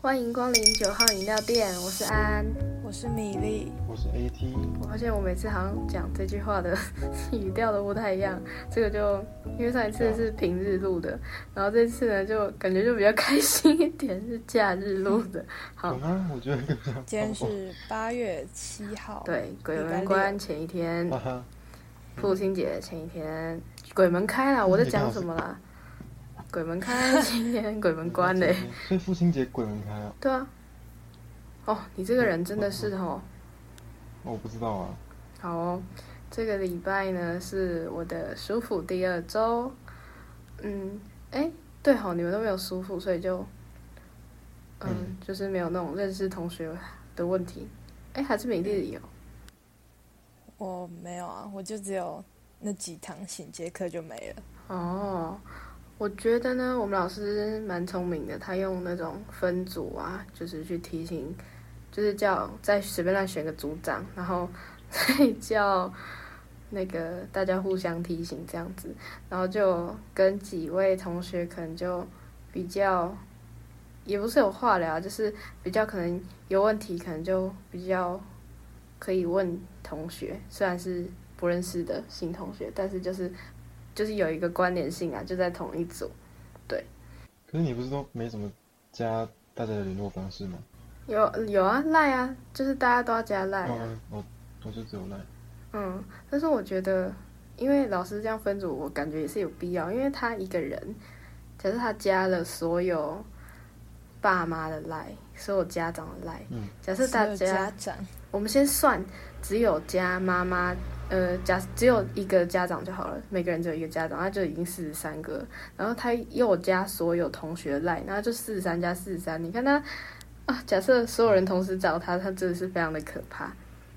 欢迎光临9号饮料店，我是安， 我是米粒， 我是 AT。 我发现我每次好像讲这句话的语调都不太一样，这个就因为上一次是平日录的，然后这次呢就感觉就比较开心一点，是假日录的。好， 有吗？我觉得更像。 今天是8月7号， 对，鬼门关前一天，父亲节前一天，鬼门开啦！我在讲什么啦？鬼门开，今天鬼门关嘞。 所以父亲节鬼门开啊？ 对啊。哦，你这个人真的是哦。 我不知道啊。 好哦，这个礼拜呢是我的暑辅第2周。对吼，你们都没有暑辅，所以就就是没有那种认识同学的问题。还是美丽有。 我没有啊，我就只有那几堂衔接课就没了。 哦，我觉得呢，我们老师蛮聪明的，他用那种分组啊，就是去提醒，就是叫再随便乱选个组长，然后再叫那个大家互相提醒这样子，然后就跟几位同学可能就比较，也不是有话聊，就是比较可能有问题，可能就比较可以问同学，虽然是不认识的新同学，但是就是有一个关联性啊，就在同一组，对。 可是你不是都没怎么加大家的联络方式吗？ 有啊，赖啊，就是大家都要加赖啊。 我就只有赖。 但是我觉得，因为老师这样分组，我感觉也是有必要，因为他一个人，假设他加了所有爸妈的赖，所有家长的赖，假设大家，我们先算，只有加妈妈。只有一个家长就好了，每个人只有一个家长，那就已经43个。然后他又加所有同学赖，那就43加43。你看他啊，假设所有人同时找他，他真的是非常的可怕。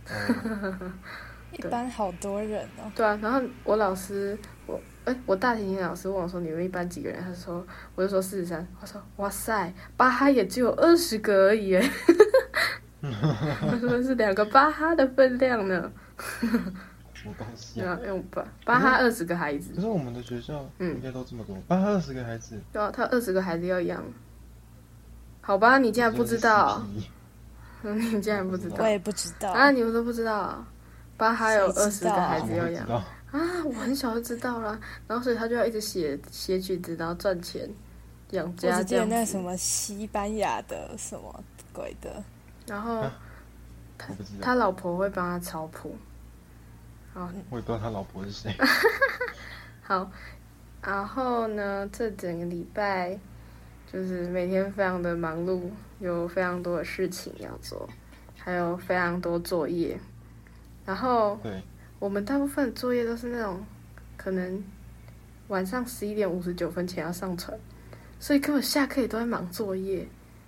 一班好多人哦。 对啊，然后我老师，我大提琴老师问我说：“你们一班几个人？”我就说43。我说：“哇塞，巴哈也只有20个而已。”我说是2个巴哈的分量呢。 什么东西啊？ 用巴哈20个孩子。 可是我们的学校应该都这么多，巴哈20个孩子。 对啊，他20个孩子要养。好吧，你竟然不知道？你竟然不知道？ 我也不知道啊！你们都不知道？巴哈有20个孩子要养啊！ 我很小就知道了，然后所以他就要一直写曲子，然后赚钱养家。 我只记得那什么西班牙的什么鬼的， 然后他老婆会帮他抄谱。 我也不知道他老婆是谁。 好，然后呢，这整个礼拜就是每天非常的忙碌，有非常多的事情要做，还有非常多作业。然后我们大部分的作业都是那种可能晚上11点59分前要上传，所以根本下课也都在忙作业。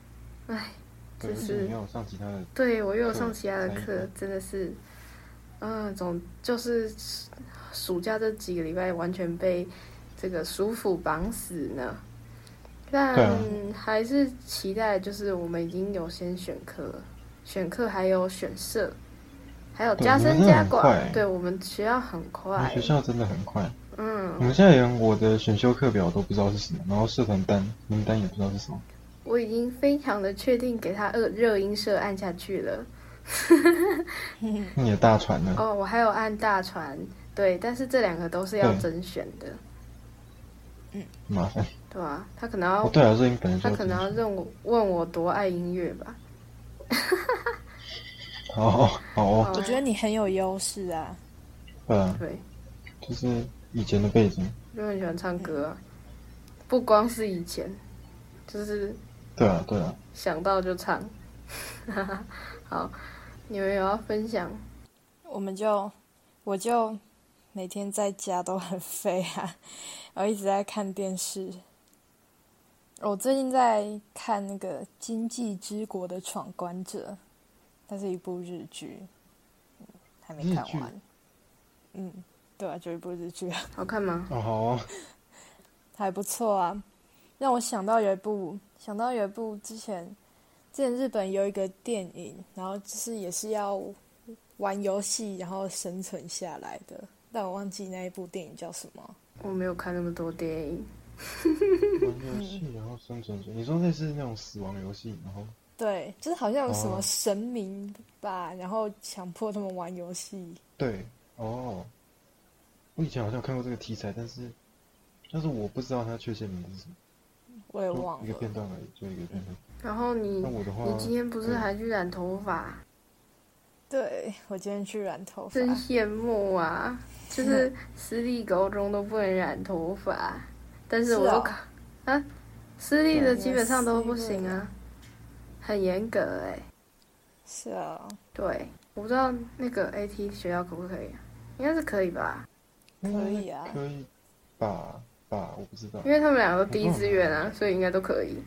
就是你有上其他的， 对，我又有上其他的课，真的是。就是暑假这几个礼拜完全被这个暑辅绑死呢，但还是期待，就是我们已经有先选课还有选社，还有加深加管。对，我们学校很快， 我们学校真的很快。我们现在连我的选修课表都不知道是什么，然后社团名单也不知道是什么。 我已经非常的确定给他热音社按下去了。 你的大传呢？ 我还有按大传，对，但是这2个都是要甄选的。 麻烦。 对啊，他可能要他可能要问我多爱音乐吧。 我觉得你很有优势啊。 对， 就是以前的背景， 就很喜欢唱歌啊，不光是以前，就是对啊， 想到就唱。好，你们有要分享？ 我就每天在家都很废啊，然后一直在看电视。我最近在看那个《今际之国的闯关者》，它是一部日剧，还没看完。对啊，就一部日剧啊。 好看吗？ 好啊， 还不错啊。让我想到有一部之前日本有一个电影，然后就是也是要玩游戏然后生存下来的，但我忘记那一部电影叫什么。 我没有看那么多电影。 玩游戏然后生存者，你说那是那种死亡游戏，然后对，就是好像有什么神明吧，然后强迫他们玩游戏。 对哦，我以前好像有看过这个题材，但是我不知道它确切名字是什么， 我也忘了就一个片段而已，就一个片段。 然后那我的话， 你今天不是还去染头发？ 对，我今天去染头发， 真羡慕啊！就是私立高中都不能染头发，但是我都啊，私立的基本上都不行啊，很严格哎。 是啊。 对，我不知道那个 AT 学校可不可以啊？应该是可以吧？ 可以啊， 可以吧？我不知道， 因为他们两个都第一志愿啊，所以应该都可以。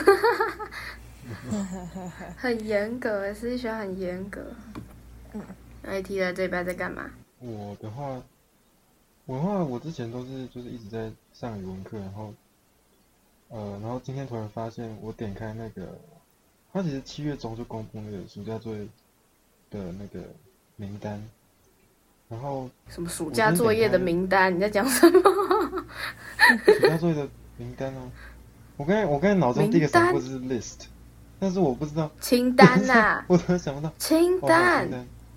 很严格哎，私立学校很严格。AT 在这边在干嘛？ 我的话，我之前都是就是一直在上语文课，然后今天突然发现，我点开那个，他其实7月中就公布那个暑假作业的那个名单，然后什么暑假作业的名单？你在讲什么？ 暑假作业的名单哦，我刚才脑中第一个闪过就是 list， 但是我不知道清单呐， 我突然想不到清单，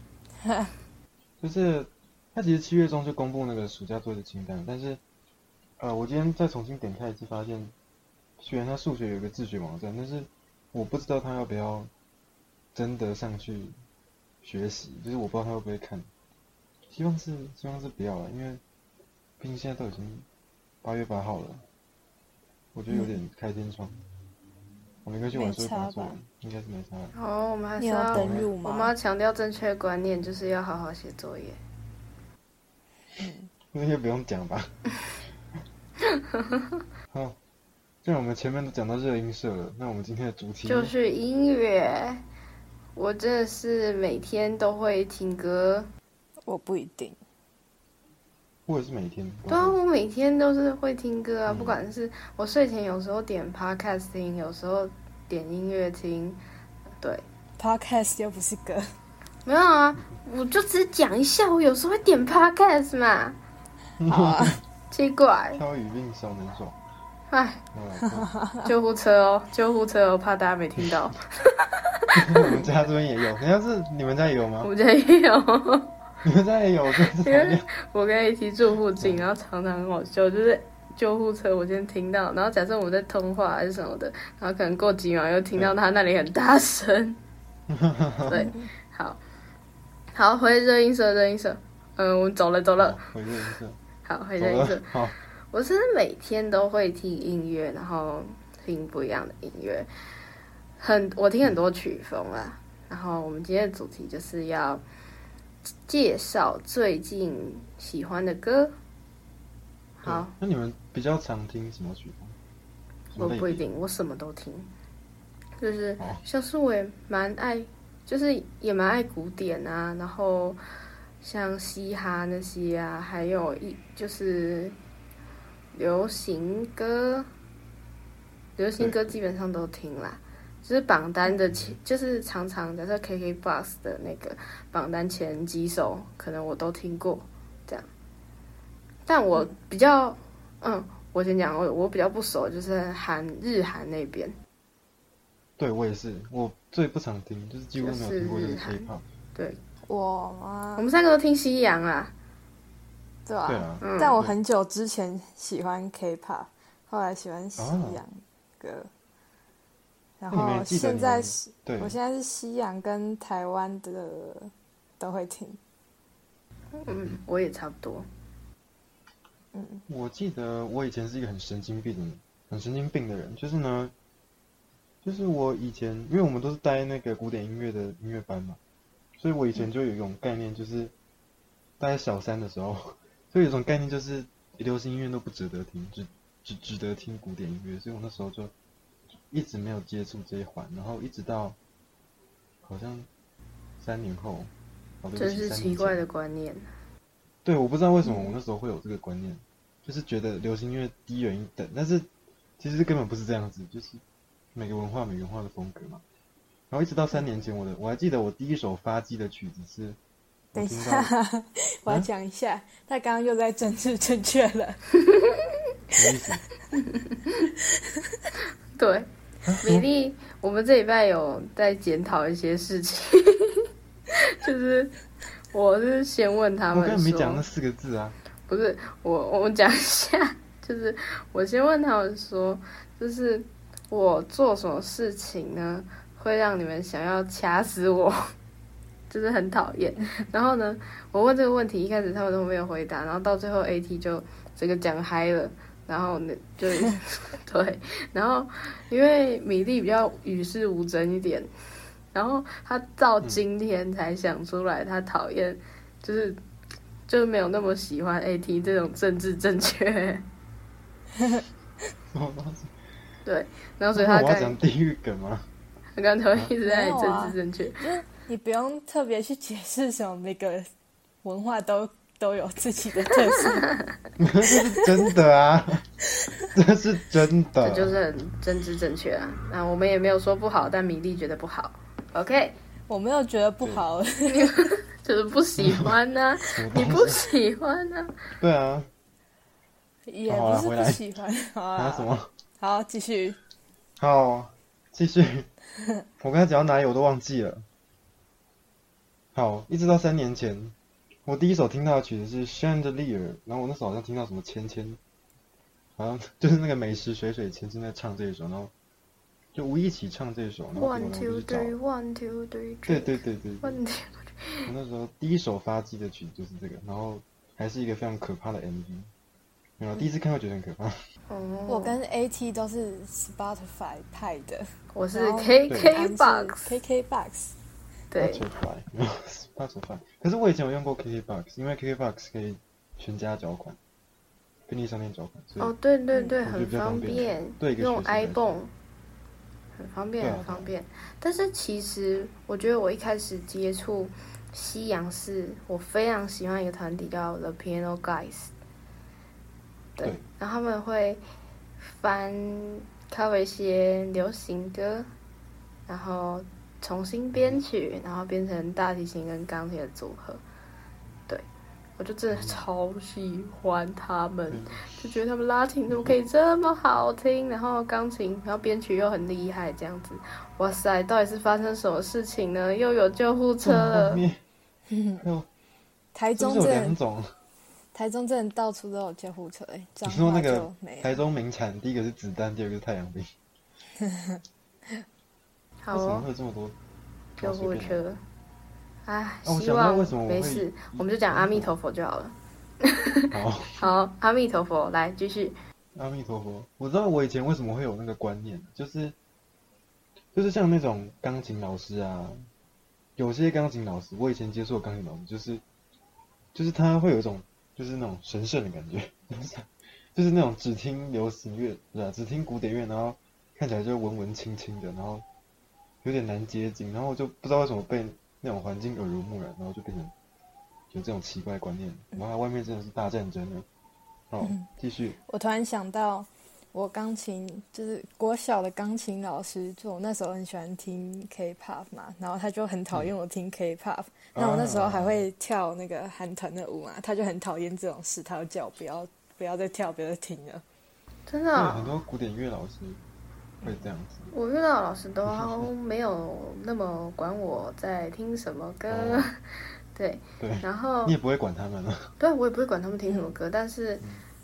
就是他其实7月中就公布那个暑假作业的清单，但是我今天再重新点开一次，发现虽然他数学有一个自学网站，但是我不知道他要不要真的上去学习，就是我不知道他会不会看，希望是不要了，因为毕竟现在都已经8月8号了，我觉得有点开天窗。我们应该去玩说把它做完，应该是没差。 哦，我们还是要登入吗？ 我们要强调正确的观念，就是要好好写作业。 那些不用讲吧。好，既然我们前面都讲到热音社了，那我们今天的主题就是音乐。我真的是每天都会听歌。 我不一定。 我也是每天。 对啊，我每天都是会听歌啊，不管是我睡前有时候点 podcast 听，有时候点音乐听。对 ，podcast 又不是歌。 没有啊，我就只讲一下，我有时候会点 podcast 嘛。 好啊， 奇怪。 挑语病少能爽。 哎，救护车哦，救护车哦，怕大家没听到。 我们家这边也有，好像是你们家也有吗？ 我们家也有。 你们家也有， 因为我跟AT住附近，然后常常很好笑，就是救护车我先听到，然后假设我在通话还是什么的，然后可能过几秒又听到他那里很大声。对，好，回热音社，我们走了。 回热音社。 好，回热音社。 好， 我是每天都会听音乐，然后听不一样的音乐，我听很多曲风啦。然后我们今天的主题就是要介绍最近喜欢的歌。好， 那你们比较常听什么曲风？ 我不一定，我什么都听。就是像是我也蛮爱，就是也蛮爱古典啊，然后像嘻哈那些啊，还有就是流行歌基本上都听啦。就是榜单的就是常常假设 KKBOX 的那个榜单前几首，可能我都听过，这样。但我比较，我先讲，我比较不熟，就是日韩那边。 对，我也是，我最不常听，就是几乎没有听过就是 K-pop。 对， 我吗？ 我们3个都听西洋啊。 对啊。 对啊。 但我很久之前喜欢 K-pop， 后来喜欢西洋歌。然后现在是，我现在是西洋跟台湾的都会听。 我也差不多。 我记得我以前是一个很神经病的人，就是我以前，因为我们都是待那个古典音乐的音乐班嘛，所以我以前就有一种概念，就是大概小3的时候，就有一种概念就是流行音乐都不值得听，只值得听古典音乐，所以我那时候就一直没有接触这一环，然后一直到好像3年后， 真是奇怪的观念。 对，我不知道为什么我那时候会有这个观念，就是觉得流行音乐低人一等，但是其实根本不是这样子，就是每个文化的风格嘛。然后一直到3年前，我还记得我第一首发迹的曲子是， 等一下，我要讲一下，他刚刚又在政治正确了。 什么意思？ 对，米粒，我们这礼拜有在检讨一些事情，就是我是先问他们说， 我刚才没讲那4个字啊。 不是我们讲一下，就是我先问他们说，就是我做什么事情呢，会让你们想要掐死我，就是很讨厌。然后呢，我问这个问题，一开始他们都没有回答，然后到最后 AT 就整个讲嗨了。然后呢，就对，然后因为米粒比较与世无争一点，然后他到今天才想出来，他讨厌，就是没有那么喜欢 AT 这种政治正确。对，然后所以他我要讲地狱梗吗？ 他刚才一直在政治正确， 就是你不用特别去解释什么，每个文化都有自己的特色。 这是真的啊，这是真的， 这就是很政治正确啊。那我们也没有说不好，但米粒觉得不好。OK， 我没有觉得不好， 就是不喜欢呢、啊，你不喜欢呢、啊？ 对啊， 也不是不喜欢。 啊什么？ 好，继续。 好，继续。我刚才讲到哪里我都忘记了。好，一直到3年前，我第一首听到的曲子是 Chandelier， 然后我那时候好像听到什么芊芊，好像就是那个美食水水芊芊在唱这一首，然后就无意一起唱这一首，然后我就去找。 1 2 3 对。我那时候第一首发迹的曲就是这个，然后还是一个非常可怕的 MV。然后第一次看会觉得很可怕。 我跟 AT 都是 Spotify 派的， 我是 KKBOX。对 Spotify， 可是我以前有用过 KKBOX， 因为 KKBOX 可以全家缴款，便利商店缴款。 哦，对，很方便， 对， 用 iPhone 很方便，很方便。但是其实我觉得我一开始接触西洋式，我非常喜欢一个团体叫 The Piano Guys。对，然后他们会翻 cover 一些流行歌，然后重新编曲，然后变成大提琴跟钢琴的组合。对，我就真的超喜欢他们，就觉得他们拉琴怎么可以这么好听，然后钢琴，然后编曲又很厉害，这样子，哇塞，到底是发生什么事情呢？又有救护车了。 台中有2种。 台中真的到处都有救护车， 你说那个台中名产，第一个是子弹，第二个是太阳饼。 好为什么会有这么多救护车？哎， 希望没事，我们就讲阿弥陀佛就好了。 好， 阿弥陀佛，来继续。 阿弥陀佛，我知道我以前为什么会有那个观念，就是像那种钢琴老师啊，有些钢琴老师，我以前接触的钢琴老师，就是他会有一种。就是那种神圣的感觉，就是那种只听流行乐，对吧？只听古典乐，然后看起来就文文青青的，然后有点难接近，然后我就不知道为什么被那种环境耳濡目染，然后就变成有这种奇怪的观念。然后外面真的是大战争了。好，继续。 我突然想到，我钢琴就是国小的钢琴老师，就我那时候很喜欢听 K-pop 嘛，然后他就很讨厌我听 K-pop。那我那时候还会跳那个韩团的舞嘛，他就很讨厌这种事，他就叫我不要再跳，不要再听了。 真的、哦？ 对，很多古典乐老师会这样子。 我遇到的老师都没有那么管我在听什么歌，对，然后你也不会管他们了。 对，我也不会管他们听什么歌，但是，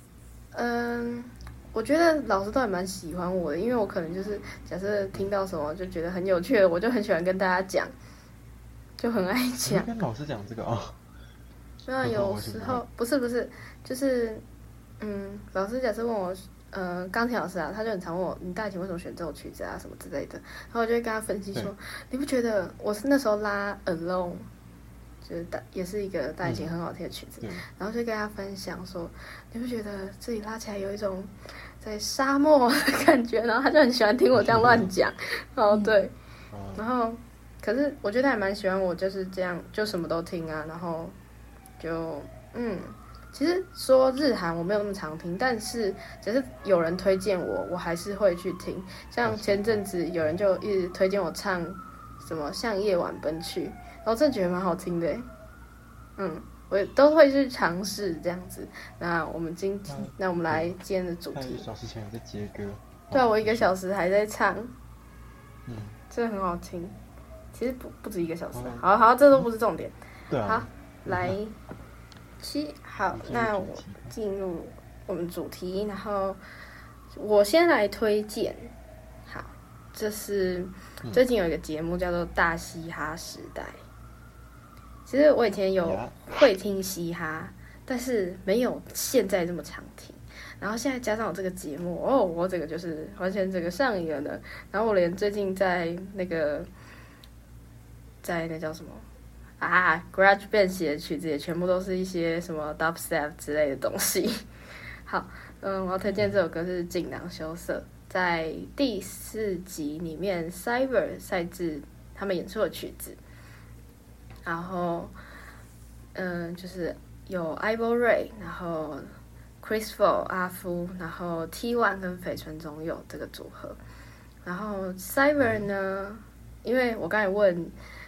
我觉得老师都还蛮喜欢我的，因为我可能就是假设听到什么就觉得很有趣的，我就很喜欢跟大家讲。就很爱讲， 跟老师讲这个哦。 那有时候不是，就是老师假设问我，钢琴老师啊，他就很常问我，你大提琴为什么选这首曲子啊，什么之类的，然后我就会跟他分析说，你不觉得我是那时候拉 Alone， 就是也是一个大提琴很好听的曲子，然后就跟他分享说，你不觉得自己拉起来有一种在沙漠的感觉，然后他就很喜欢听我这样乱讲，然后对，然后。可是我觉得还蛮喜欢我就是这样，就什么都听啊，然后就其实说日韩我没有那么常听，但是只是有人推荐我还是会去听。像前阵子有人就一直推荐我唱什么《向夜晚奔去》，然后真的觉得蛮好听的。我都会去尝试这样子。那我们来今天的主题。 1小时前有在接歌。 对啊，我1个小时还在唱， 嗯， 真的很好听。其实不止1个小时。好，这都不是重点。 对啊。 好，来，好，那我进入我们主题，然后我先来推荐。好，这是最近有一个节目叫做《大嘻哈时代》。其实我以前有会听嘻哈，但是没有现在这么常听。然后现在加上我这个节目，我这个就是完全整个上瘾了呢。然后我连最近在那叫什么GarageBand 写的曲子也全部都是一些什么 dubstep 之类的东西。好，我要推荐这首歌是《锦囊羞涩》，在第4集里面 Cyber 赛制他们演出的曲子。然后，就是有 Ivo Ray， 然后 Chris Fo 阿夫，然后 T1 跟绯村中佑这个组合。然后 Cyber 呢，因为我刚才问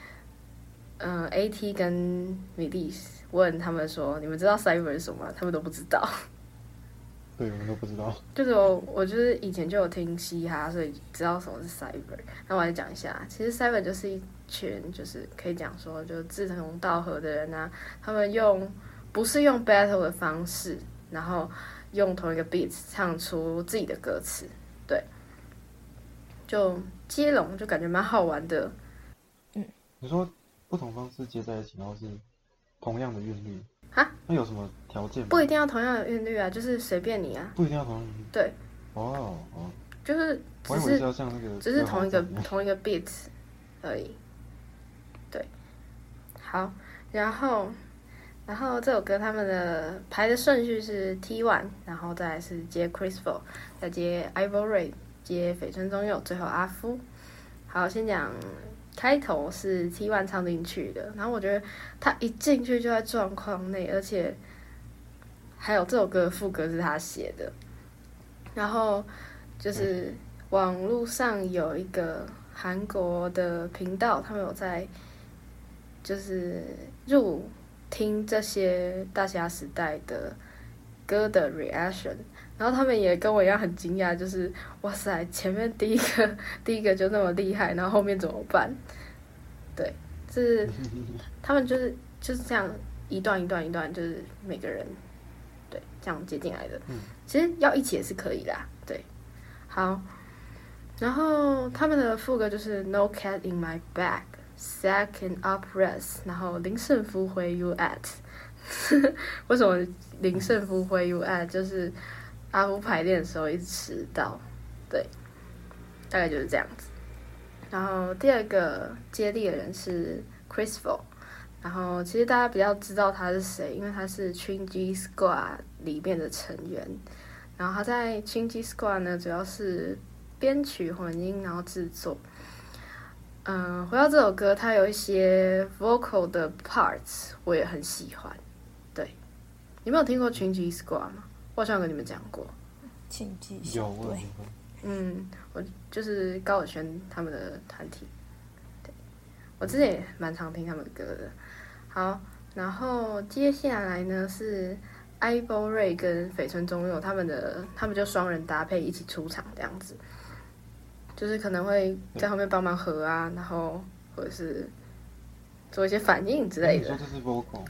AT 跟米莉问他们说，你们知道 Cyber 是什么吗？他们都不知道。 对，我们都不知道。 就是我就是以前就有听嘻哈，所以知道什么是 Cyber。那我来讲一下，其实 Cyber 就是一群就是可以讲说就志同道合的人啊，他们不是用 battle 的方式，然后用同一个 beat 唱出自己的歌词，对，就接龙就感觉蛮好玩的。 你说不同方式接在一起，然后是同样的韵律，那有什么条件吗？ 不一定要同样的韵律啊，就是随便你啊。 不一定要同样的韵律。 对。就是只是同一个 beat 而已。对。好，然后这首歌他们的排的顺序是 T1， 然后再来是接 Chris Fo， 再接 Ivo Ray， 接绯村中佑，最后阿夫。好，先讲开头是 T1 唱进去的，然后我觉得他一进去就在状况内，而且还有这首歌的副歌是他写的。然后就是网络上有一个韩国的频道，他们有在就是入听这些大嘻哈时代的歌的 reaction， 然后他们也跟我一样很惊讶，就是哇塞，前面第一个就那么厉害，然后后面怎么办？对，就是他们就是这样一段一段一段，就是每个人对这样接进来的。其实要一起也是可以啦，对。好，然后他们的副歌就是 No cat in my bag, second up rest， 然后林胜夫 where you at？ 为什么林胜夫 where you at？ 就是阿夫排练的时候一直迟到，对，大概就是这样子。然后第二个接力的人是 Chris Fo， 然后其实大家比较知道他是谁，因为他是 Chingy Squad 里面的成员。然后他在 Chingy Squad 呢，主要是编曲、混音，然后制作。回到这首歌，它有一些 vocal 的 parts， 我也很喜欢。对，你们有听过 Chingy Squad 吗？我好像有跟你们讲过。 Chingy 有，我有听过。 我就是高尔宣他们的团体。对，我之前也蛮常听他们的歌的。好，然后接下来呢是Ivo Ray 跟绯村中佑他们就双人搭配一起出场这样子，就是可能会在后面帮忙和啊，然后或者是做一些反应之类的。 你说这是 vocal？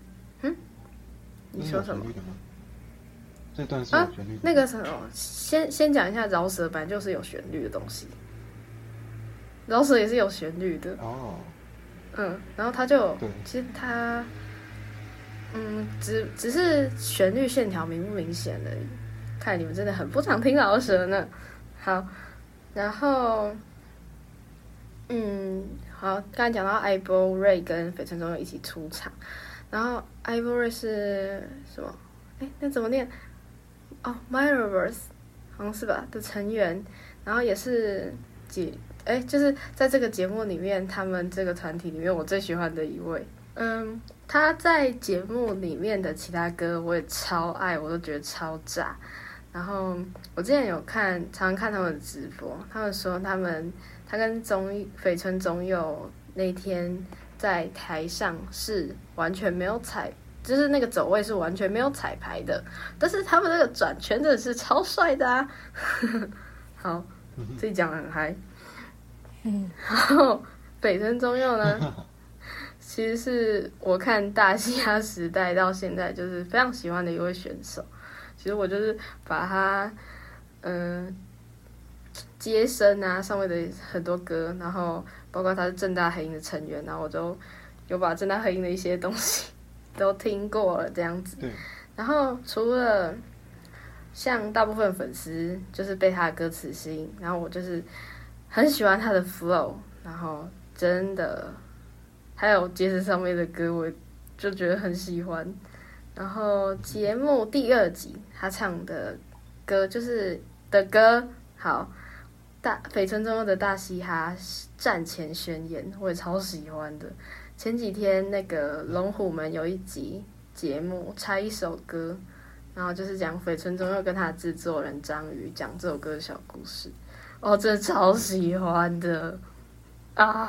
你说什么？ 这段是有旋律的。 那个什么，先讲一下饶舌，本来就是有旋律的东西，饶舌也是有旋律的。然后他就其实他。只是旋律线条明不明显而已。看你们真的很不常听饶舌呢。好，然后，好，刚才讲到 Ivo Ray 跟绯村中佑一起出场，然后 Ivo Ray 是什么？那怎么念？Myroverse 好像是吧的成员，然后也是就是在这个节目里面，他们这个团体里面我最喜欢的一位。他在节目里面的其他歌我也超爱，我都觉得超炸。然后我之前常常看他们的直播，他们说他跟绯村中佑那天在台上是完全没有踩就是那个走位是完全没有彩排的，但是他们那个转圈真的是超帅的啊！好，自己讲的很嗨。然后北村中佑呢，其实是我看大嘻哈时代到现在就是非常喜欢的一位选手。其实我就是把他，接生啊上面的很多歌，然后包括他是政大黑鹰的成员，然后我就有把政大黑鹰的一些东西都听过了这样子。 对。 然后除了像大部分粉丝就是被他的歌词吸引，然后我就是很喜欢他的 flow， 然后真的还有街子上面的歌，我就觉得很喜欢。然后节目第2集他唱的歌就是的歌，好，北村中佑的大嘻哈战前宣言，我也超喜欢的。前几天那个龙虎门有一集节目拆一首歌，然后就是讲北村中佑跟他的制作人张宇讲这首歌的小故事，哦，真的超喜欢的啊！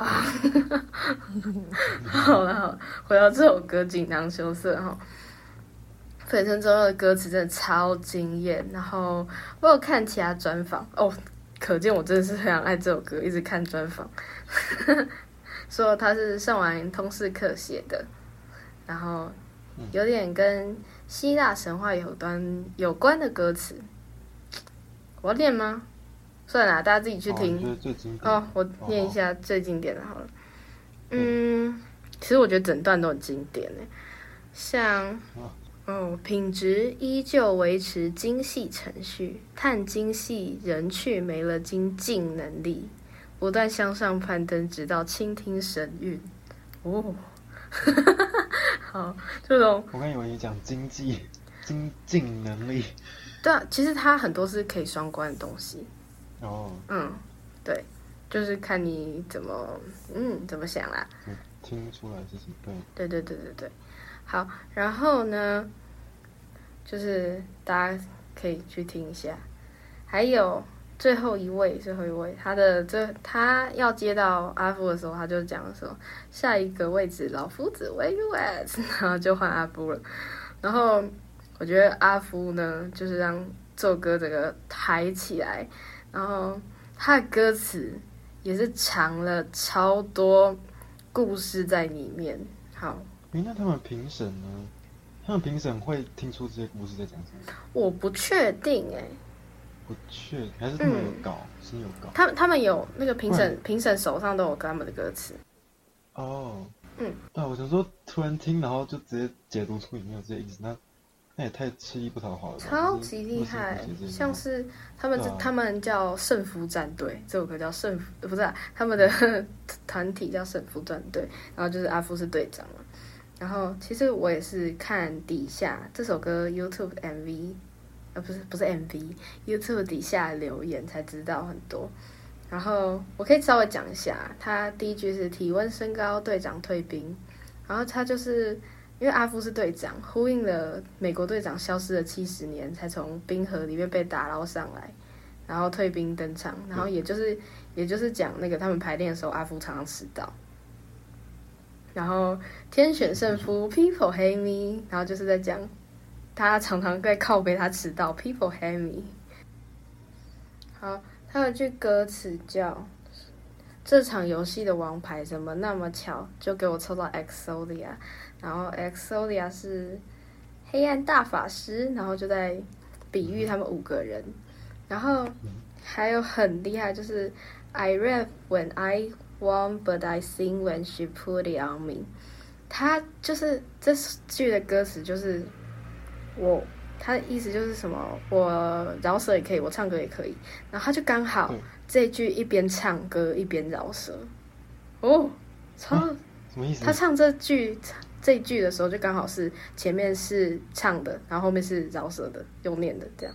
好了，回到这首歌《锦囊羞涩》哈。北村中佑的歌词真的超惊艳，然后我有看其他专访哦，可见我真的是非常爱这首歌，一直看专访，说他是上完通识课写的，然后有点跟希腊神话有关的歌词，我要念吗？算了，大家自己去听。哦，我念一下最经典的好了。其实我觉得整段都很经典诶，像。品质依旧维持精细程序，碳精细人去没了精进能力，不断向上攀登，直到倾听神韵。哦，好，这种我刚以为你讲精进能力。 对啊，其实它很多是可以双关的东西。 哦， 对，就是看你怎么想啦。 听出来是什么？ 对。好，然后呢，就是大家可以去听一下。还有最后一位，他要接到阿夫的时候，他就讲说下一个位置老夫子 where you at， 然后就换阿夫了。然后我觉得阿夫呢，就是让这首歌整个抬起来，然后他的歌词也是藏了超多故事在里面。好。 那他们评审呢？他们评审会听出这些故事在讲什么？ 我不确定不确定，还是他们有稿，先有稿。 他们有那个评审手上都有他们的歌词。 哦，对，我想说突然听，然后就直接解读出里面有这些意思，那也太吃力不讨好了吧。 超级厉害，像是他们叫圣夫战队，这首歌叫圣夫，不是他们的团体叫圣夫战队，然后就是阿夫是队长嘛。然后其实我也是看底下这首歌 YouTube MV， 不是 MV，YouTube 底下留言才知道很多。然后我可以稍微讲一下，他第一句是体温升高，队长退兵。然后他就是因为阿夫是队长，呼应了美国队长消失了70年，才从冰河里面被打捞上来，然后退兵登场。然后也就是讲那个他们排练的时候，阿夫常常迟到。然后天选胜负 ，People hate me， 然后就是在讲他常常在靠背他迟到 ，People hate me。好，他有句歌词叫“这场游戏的王牌怎么那么巧，就给我抽到 Exodia”， 然后 Exodia 是黑暗大法师，然后就在比喻他们5个人。然后还有很厉害，就是 I rap when I won, but I sing when she put it on me。他就是这句的歌词就是他的意思就是什么，我饶舌也可以，我唱歌也可以，然后他就刚好这句一边唱歌一边饶舌， 什么意思？ 他唱这句的时候就刚好是前面是唱的，然后后面是饶舌的，用念的这样。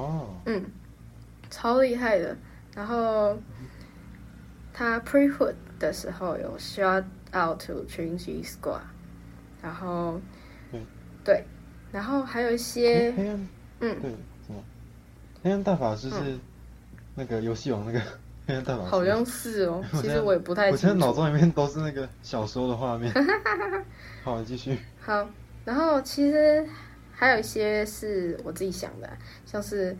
超厉害的。然后他 pre-hood 的时候有 shout out to Trinity Squad， 然后对，然后还有一些黑暗，对，什么黑暗大法师是那个游戏王那个黑暗大法师， 好像是哦，其实我也不太清楚。 我现在脑中里面都是那个小时候的画面。好，继续。 好， 然后其实还有一些是我自己想的，像是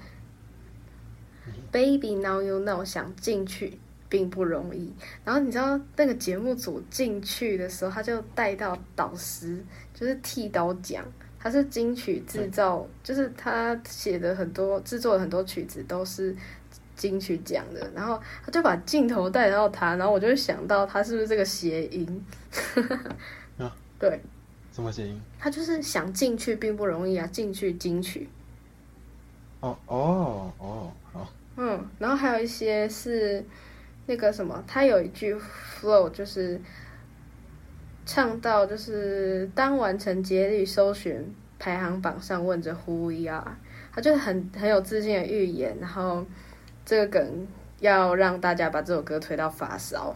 Baby Now You Know 想进去并不容易。然后你知道那个节目组进去的时候，他就带到导师，就是剃刀奖。他是金曲制造，就是他写的很多制作的很多曲子都是金曲奖的，然后他就把镜头带到他，然后我就会想到他是不是这个谐音？ 啊， 对， 什么谐音？ 他就是想进去并不容易啊，进去金曲。 好。 然后还有一些是那个什么，他有一句 flow 就是唱到就是当完成接力搜寻排行榜上问着 Who we are， 他就很有自信的预言，然后这个梗要让大家把这首歌推到发烧。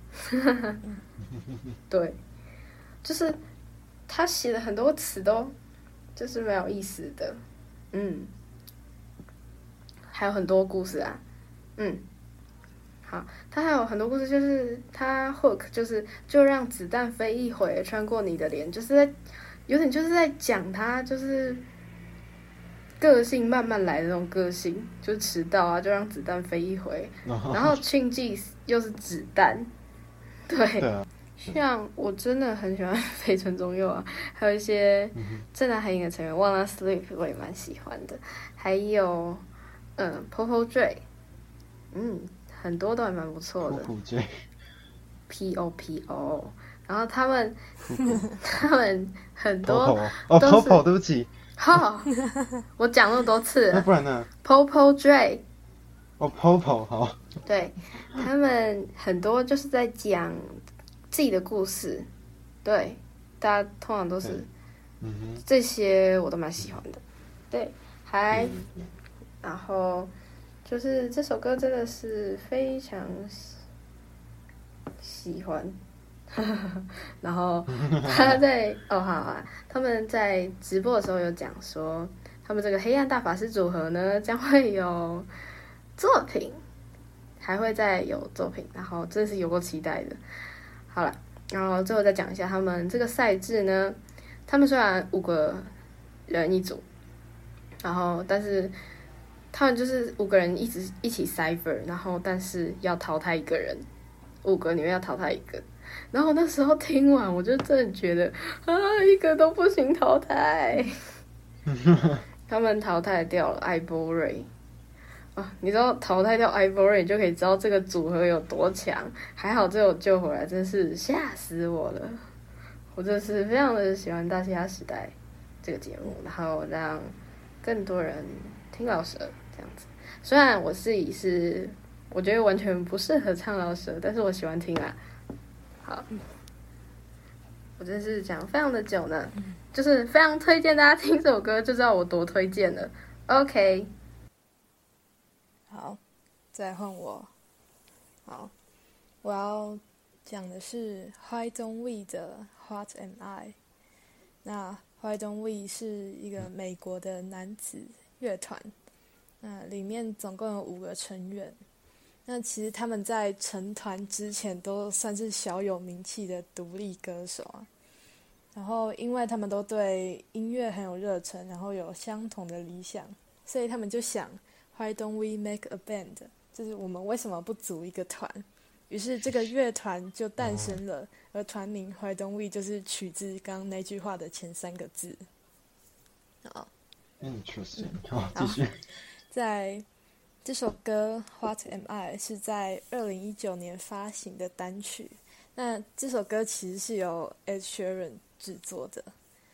对，就是他写的很多词都就是蛮有意思的，还有很多故事啊，好，他还有很多故事，就是他 hook 就让子弹飞一回，穿过你的脸，就是在有点就是在讲他就是个性慢慢来的那种个性，就是迟到啊，就让子弹飞一回，然后庆忌又是子弹，对啊，像我真的很喜欢绯村中佑啊，还有一些正南海影的成员，忘了 Sleep 我也蛮喜欢的，还有Popo J， 很多都还蛮不错的。Popo， 然后他们很多都是 Popo，对不起。 我讲那么多次了。 那不然呢 ？Popo J。 Popo 好。 对，他们很多就是在讲自己的故事，对，大家通常都是这些我都蛮喜欢的。对，然后就是这首歌真的是非常喜欢，然后他在他们在直播的时候有讲说，他们这个黑暗大法师组合呢将会有作品，还会再有作品，然后真的是有够期待的。好了，然后最后再讲一下他们这个赛制呢，他们虽然5个人一组，然后但是他们就是5个人一起 cipher， 然后但是要淘汰1个人，5个里面要淘汰1个。然后那时候听完，我就真的觉得1个都不行淘汰。他们淘汰掉了艾波瑞你知道淘汰掉艾波瑞，你就可以知道这个组合有多强。还好最后救回来，真是吓死我了。我真的是非常的喜欢《大嘻哈时代》这个节目，然后让更多人听饶舌这样子。虽然我自己是我觉得完全不适合唱饶舌，但是我喜欢听啊。好，我真是讲非常的久呢，就是非常推荐大家听这首歌，就知道我多推荐了。OK， 好，再换我。好，我要讲的是 Why Don't We 的 What Am I。那 Why Don't We 是一个美国的男子乐团，那里面总共有5个成员。那其实他们在成团之前都算是小有名气的独立歌手啊。然后因为他们都对音乐很有热忱，然后有相同的理想，所以他们就想 Why don't we make a band？ 就是我们为什么不组一个团？于是这个乐团就诞生了，而团名 Why don't we 就是取自刚刚那句话的前3个字。好 ，Interesting， 好，继续。 在这首歌 What Am I 是在2019年发行的单曲。那这首歌其实是由 Ed Sheeran 制作的。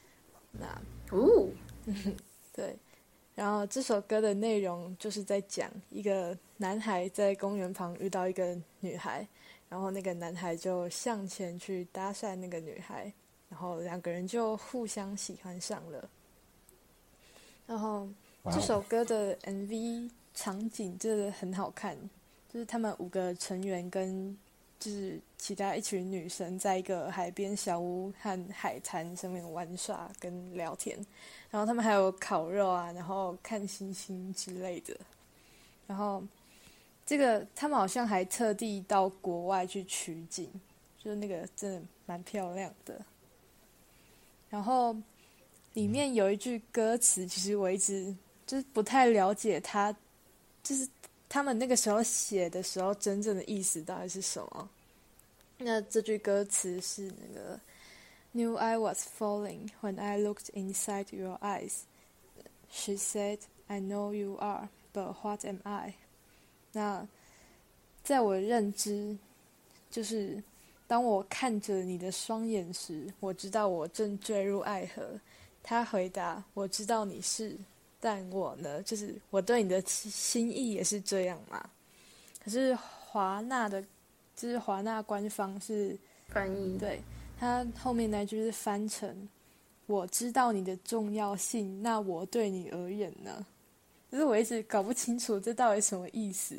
对，然后这首歌的内容就是在讲一个男孩在公园旁遇到一个女孩，然后那个男孩就向前去搭讪那个女孩，然后2个人就互相喜欢上了。然后这首歌的 MV 场景真的很好看，就是他们5个成员跟就是其他一群女生在一个海边小屋和海滩上面玩耍跟聊天，然后他们还有烤肉啊，然后看星星之类的。然后这个他们好像还特地到国外去取景，就是那个真的蛮漂亮的。然后里面有一句歌词，其实我一直就是不太了解它，就是他们那个时候写的时候真正的意思到底是什么。那这句歌词是那个 Knew I was falling when I looked inside your eyes. She said, I know you are, but what am I? 那在我认知，就是当我看着你的双眼时，我知道我正坠入爱河。他回答，我知道你是，但我呢，就是我对你的心意也是这样嘛。可是华纳的，就是华纳官方是翻译， 对，他后面那句是翻成我知道你的重要性，那我对你而言呢？就是我一直搞不清楚这到底什么意思。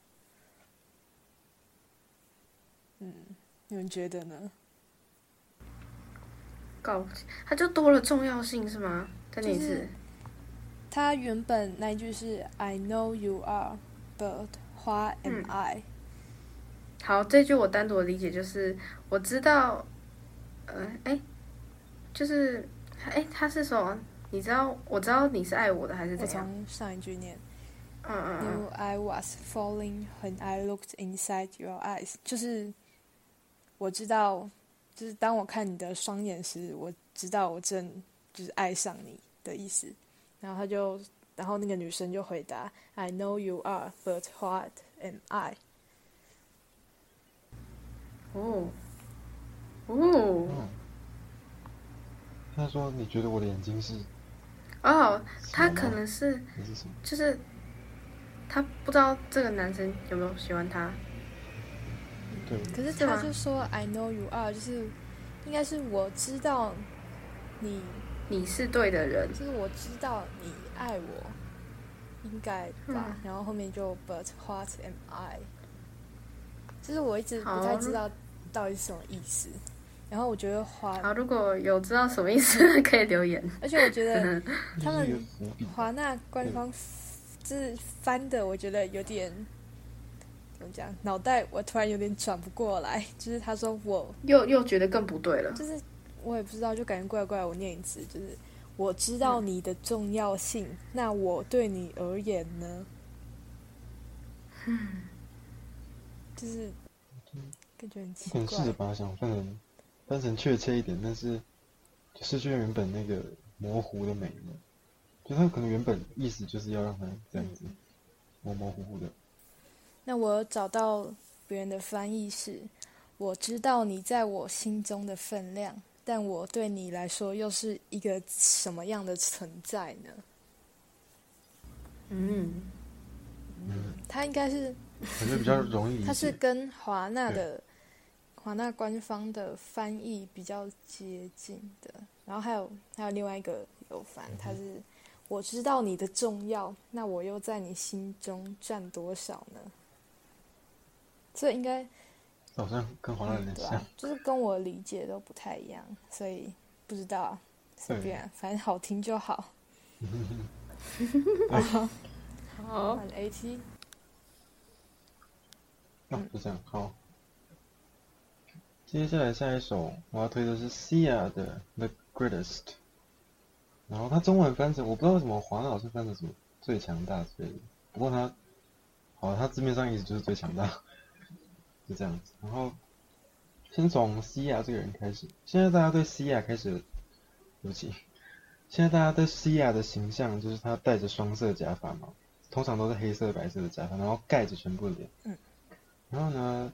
你们觉得呢？ 它就多了重要性是吗？再念一次。 他原本那一句是 I know you are, but what am I？ 好，这句我单独的理解就是我知道，就是他是说你知道，我知道你是爱我的还是怎样？ 我从上一句念。Knew I was falling when I looked inside your eyes， 就是我知道，就是当我看你的双眼时，我知道我正就是爱上你的意思。然后那个女生就回答 I know you are, but what am I？ 他说你觉得我的眼睛是？ 他可能是就是他不知道这个男生有没有喜欢他。 对。 可是他就说 I know you are， 就是应该是我知道你是对的人， 就是我知道你爱我，应该吧。然后后面就 But what am I？ 就是我一直不太知道到底是什么意思。然后我觉得好，如果有知道什么意思可以留言。 而且我觉得他们华纳官方就是翻的，我觉得有点怎么讲，脑袋我突然有点转不过来。就是他说我又觉得更不对了， 就是我也不知道，就感觉怪怪。我念一次，就是我知道你的重要性，那我对你而言呢？就是感觉很奇怪。 可能试着把它想翻成确切一点，但是就失去原本那个模糊的美了。就它可能原本意思就是要让它这样子模模糊糊的。 那我找到别人的翻译是：我知道你在我心中的分量，但我对你来说又是一个什么样的存在呢？他应该是感觉比较容易理解。 他是跟华纳官方的翻译比较接近的。然后还有另外一个有翻，他是我知道你的重要，那我又在你心中占多少呢？这应该好像跟华纳有点像， 就是跟我理解都不太一样，所以不知道，随便，反正好听就好。好，换 AT。 就这样，好。接下来下一首我要推的是 Sia 的 The Greatest， 然后它中文翻成我不知道为什么华纳老师翻成什么最强大之类的，不过它字面上意思就是最强大，就这样子。然后先从 Sia 这个人开始，现在大家对 Sia 开始，对不起，现在大家对 Sia 的形象就是他戴着双色假发嘛，通常都是黑色白色的假发，然后盖着全部的脸。然后呢，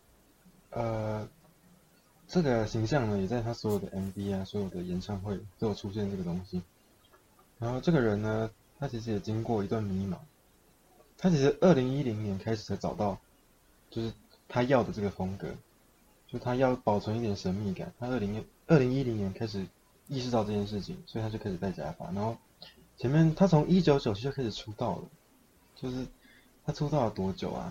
这个形象呢，也在他所有的 MV 啊，所有的演唱会都有出现这个东西。然后这个人呢，他其实也经过一段迷茫。他其实2010年开始才找到，就是他要的这个风格，就他要保存一点神秘感。他2010年开始意识到这件事情，所以他就开始戴假发。然后前面他从1997就开始出道了，就是他出道了多久啊？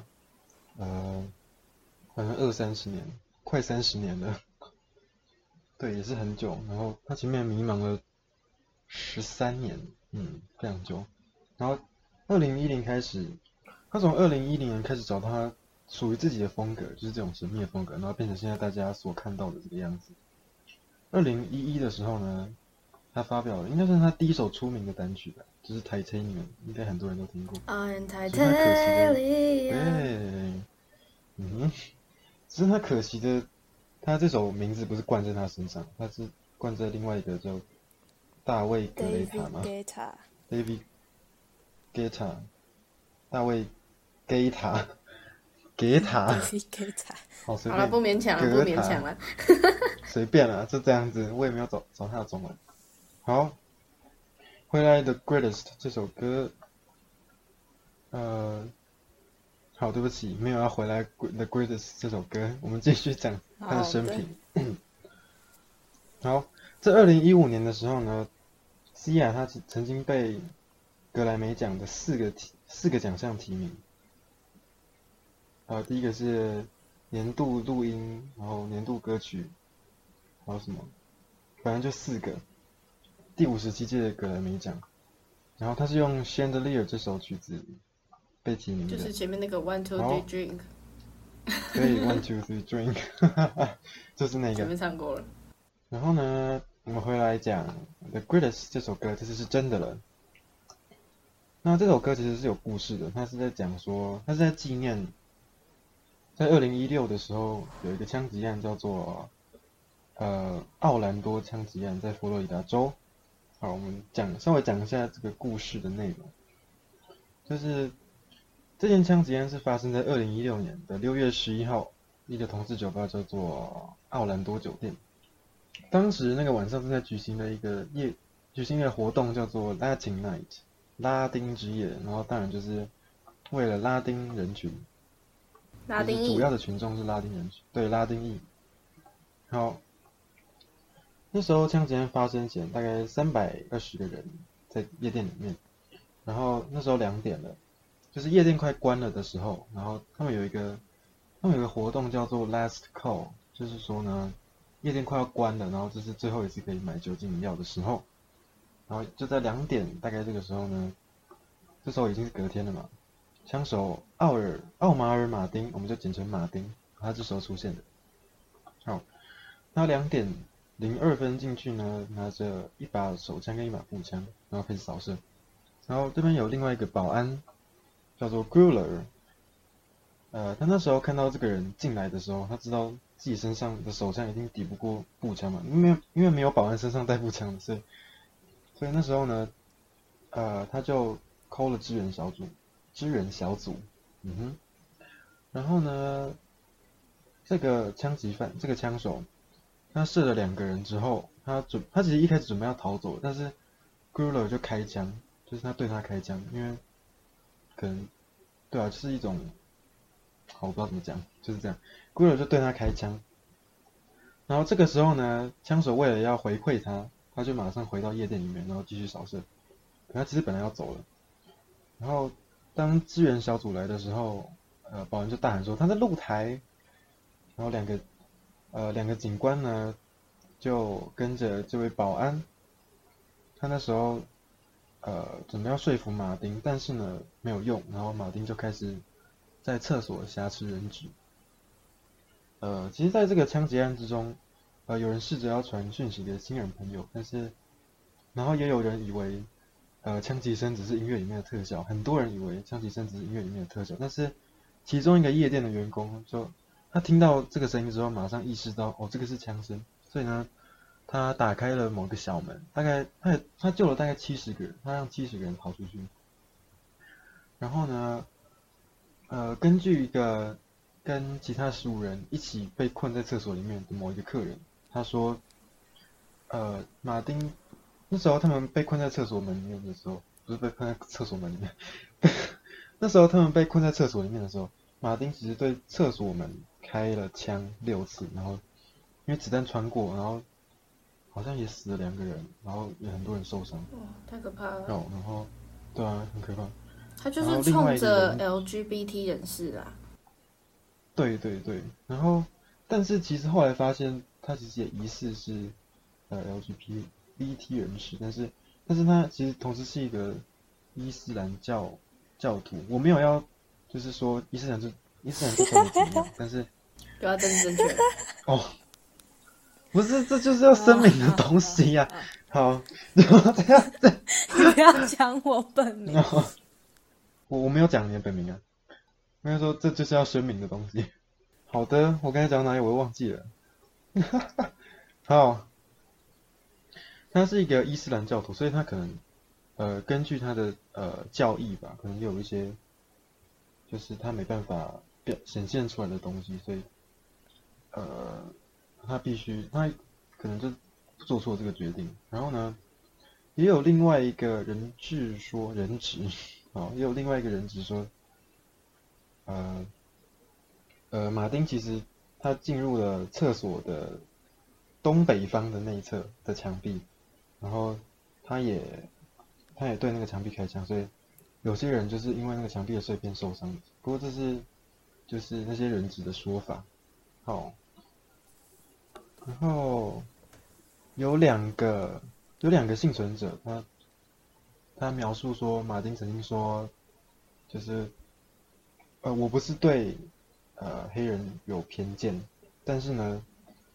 好像20-30年，快30年了。对，也是很久。然后他前面迷茫了13年，非常久。然后2010开始，他从2010年开始找他属于自己的风格，就是这种神秘的风格，然后变成现在大家所看到的这个样子。2011的时候呢， 他发表了应该算是他第一首出名的单曲吧，就是《Titanium》，应该很多人都听过。 I'm 只是他可惜的， Titanium。 对，只是他可惜的，他这首名字不是冠在他身上，他是冠在另外一个叫大卫格雷塔吗 ？David Guetta， 大卫 Guetta。好随便， 好了，不勉强了，不勉强了， 随便了，就这样子，我也没有找他的中文。好，回来的《Greatest》这首歌，好，对不起，没有要回来《The Greatest》这首歌，我们继续讲他的生平。好，在2015年的时候呢，Sia 他曾经被格莱美奖的四个奖项提名。第一个是年度录音，然后年度歌曲，还有什么？反正就4个。第57届的格莱美奖，然后他是用《Chandelier》这首曲子被提名的， 就是前面那个 One Two Three Drink。 对，One Two Three Drink， 就是那个。 前面唱过了。 然后呢，我们回来讲《The Greatest》这首歌，这次是真的了。那这首歌其实是有故事的，它是在讲说，它是在纪念。在2016的时候，有一个枪击案叫做奥兰多枪击案，在佛罗里达州。好，我们稍微讲一下这个故事的内容。就是这件枪击案是发生在2016年的6月11号，一个同志酒吧叫做奥兰多酒店。当时那个晚上正在举行的一个活动叫做 Latin Night， 拉丁之夜，然后当然就是为了拉丁人群。 拉丁裔， 主要的群众是拉丁人群，对，拉丁裔。好，那时候枪击案发生前，大概320个人在夜店里面，然后那时候2点了，就是夜店快关了的时候，然后他们有一个活动叫做 Last Call， 就是说呢，夜店快要关了，然后这是最后一次可以买酒精饮料的时候，然后就在2点大概这个时候呢，这时候已经是隔天了嘛。枪手奥马尔马丁，我们就简称马丁，他这时候出现的。好，他2点02分进去呢，拿着一把手枪跟一把步枪，然后开始扫射。然后这边有另外一个保安，叫做 Gruller， 他那时候看到这个人进来的时候，他知道自己身上的手枪一定抵不过步枪嘛，因为没有保安身上带步枪，所以那时候呢，他就 call 了支援小组，然后呢，这个枪手，他射了2个人之后，他其实一开始准备要逃走，但是 Gruller 就开枪，就是他对他开枪，因为可能对啊，就是一种，好，我不知道怎么讲，就是这样 ，Gruller 就对他开枪，然后这个时候呢，枪手为了要回馈他就马上回到夜店里面，然后继续扫射，可他其实本来要走了，然后当支援小组来的时候，保安就大喊说他在露台，然后两个警官呢就跟着这位保安，他那时候准备要说服马丁，但是呢没有用，然后马丁就开始在厕所挟持人质。其实在这个枪击案之中，有人试着要传讯息给亲人朋友，然后也有人以为枪击声只是音乐里面的特效，很多人以为枪击声只是音乐里面的特效，但是其中一个夜店的员工他听到这个声音之后，马上意识到这个是枪声，所以呢，他打开了某个小门，大概他救了大概70个人，他让70个人逃出去。然后呢，根据一个跟其他15人一起被困在厕所里面的某一个客人，他说，马丁那时候他们被困在厕所门里面的时候，不是被困在厕所门里面，那时候他们被困在厕所里面的时候，马丁其实对厕所门开了枪6次，然后因为子弹穿过，然后好像也死了2个人，然后也很多人受伤。 哇，太可怕了。 然后，对啊，很可怕。 他就是冲着 LGBT 人士啊。 对，然后但是其实后来发现他其实也疑似是LGBT 人士，但是他其实同时是一个伊斯兰教徒。我没有要就是说伊斯兰教徒怎么样，但是不要政治正确不是，这就是要声明的东西呀。 好， 你不要讲我本名。 我没有讲你的本名啊，没有说这就是要声明的东西。好的，我刚才讲到哪里我又忘记了。好，他是一个伊斯兰教徒，所以他可能根据他的教义吧，可能有一些就是他没办法显现出来的东西，所以他可能就做错这个决定。然后呢，也有另外一个人质说，也有另外一个人质说，马丁其实他进入了厕所的东北方的内侧的墙壁，然后他也对那个墙壁开枪，所以有些人就是因为那个墙壁的碎片受伤。不过这是就是那些人质的说法。好，然后有两个幸存者，他描述说，马丁曾经说，就是我不是对黑人有偏见，但是呢，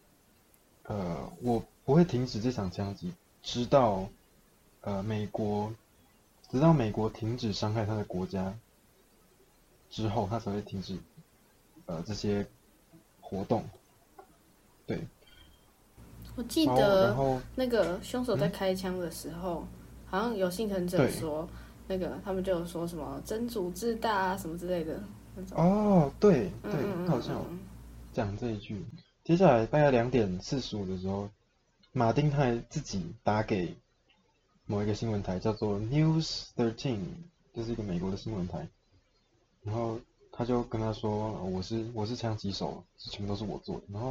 我不会停止这场枪击，直到美国停止伤害他的国家之后，他才会停止这些活动。对， 我记得那个凶手在开枪的时候，好像有幸存者说，那个他们就有说什么真主至大啊什么之类的那种。 哦，对，他好像有讲这一句。接下来大概2:45的时候，马丁他还自己打给某一个新闻台，叫做 News 13，这是一个美国的新闻台。然后他就跟他说，我是枪击手，这全部都是我做的。然后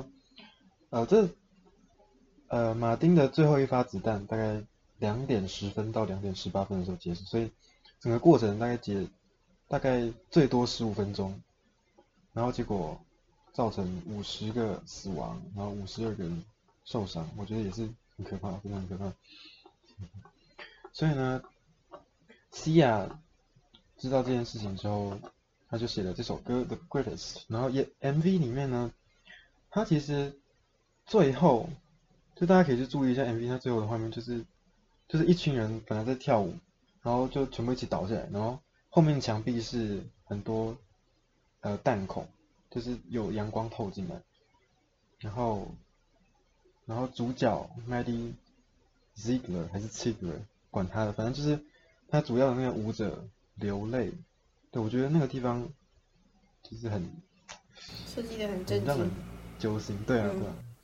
马丁的最后一发子弹大概2:10到2:18的时候结束，所以整个过程大概最多15分钟，然后结果造成50个死亡，然后52个人受伤，我觉得也是很可怕，非常可怕。所以呢，西亚知道这件事情之后，他就写了这首歌《The Greatest》，然后MV 里面呢，他其实最后就大家可以去注意一下 MV， 它最后的画面就是一群人本来在跳舞，然后就全部一起倒下来，然后后面墙壁是很多弹孔，就是有阳光透进来，然后主角 Maddie Ziegler 还是 Ziegler 管他的，反正就是他主要的那个舞者流泪。对，我觉得那个地方就是设计的很震让人惊， 揪心。对啊，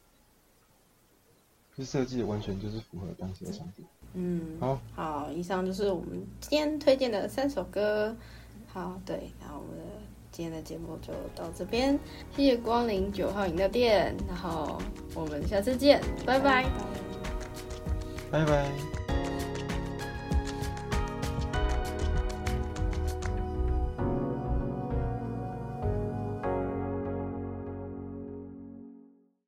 就设计的完全就是符合当时的场景。 好，以上就是我们今天推荐的3首歌。好，对，然后我们今天的节目就到这边，谢谢光临9号饮料店，然后我们下次见，拜拜， 拜拜。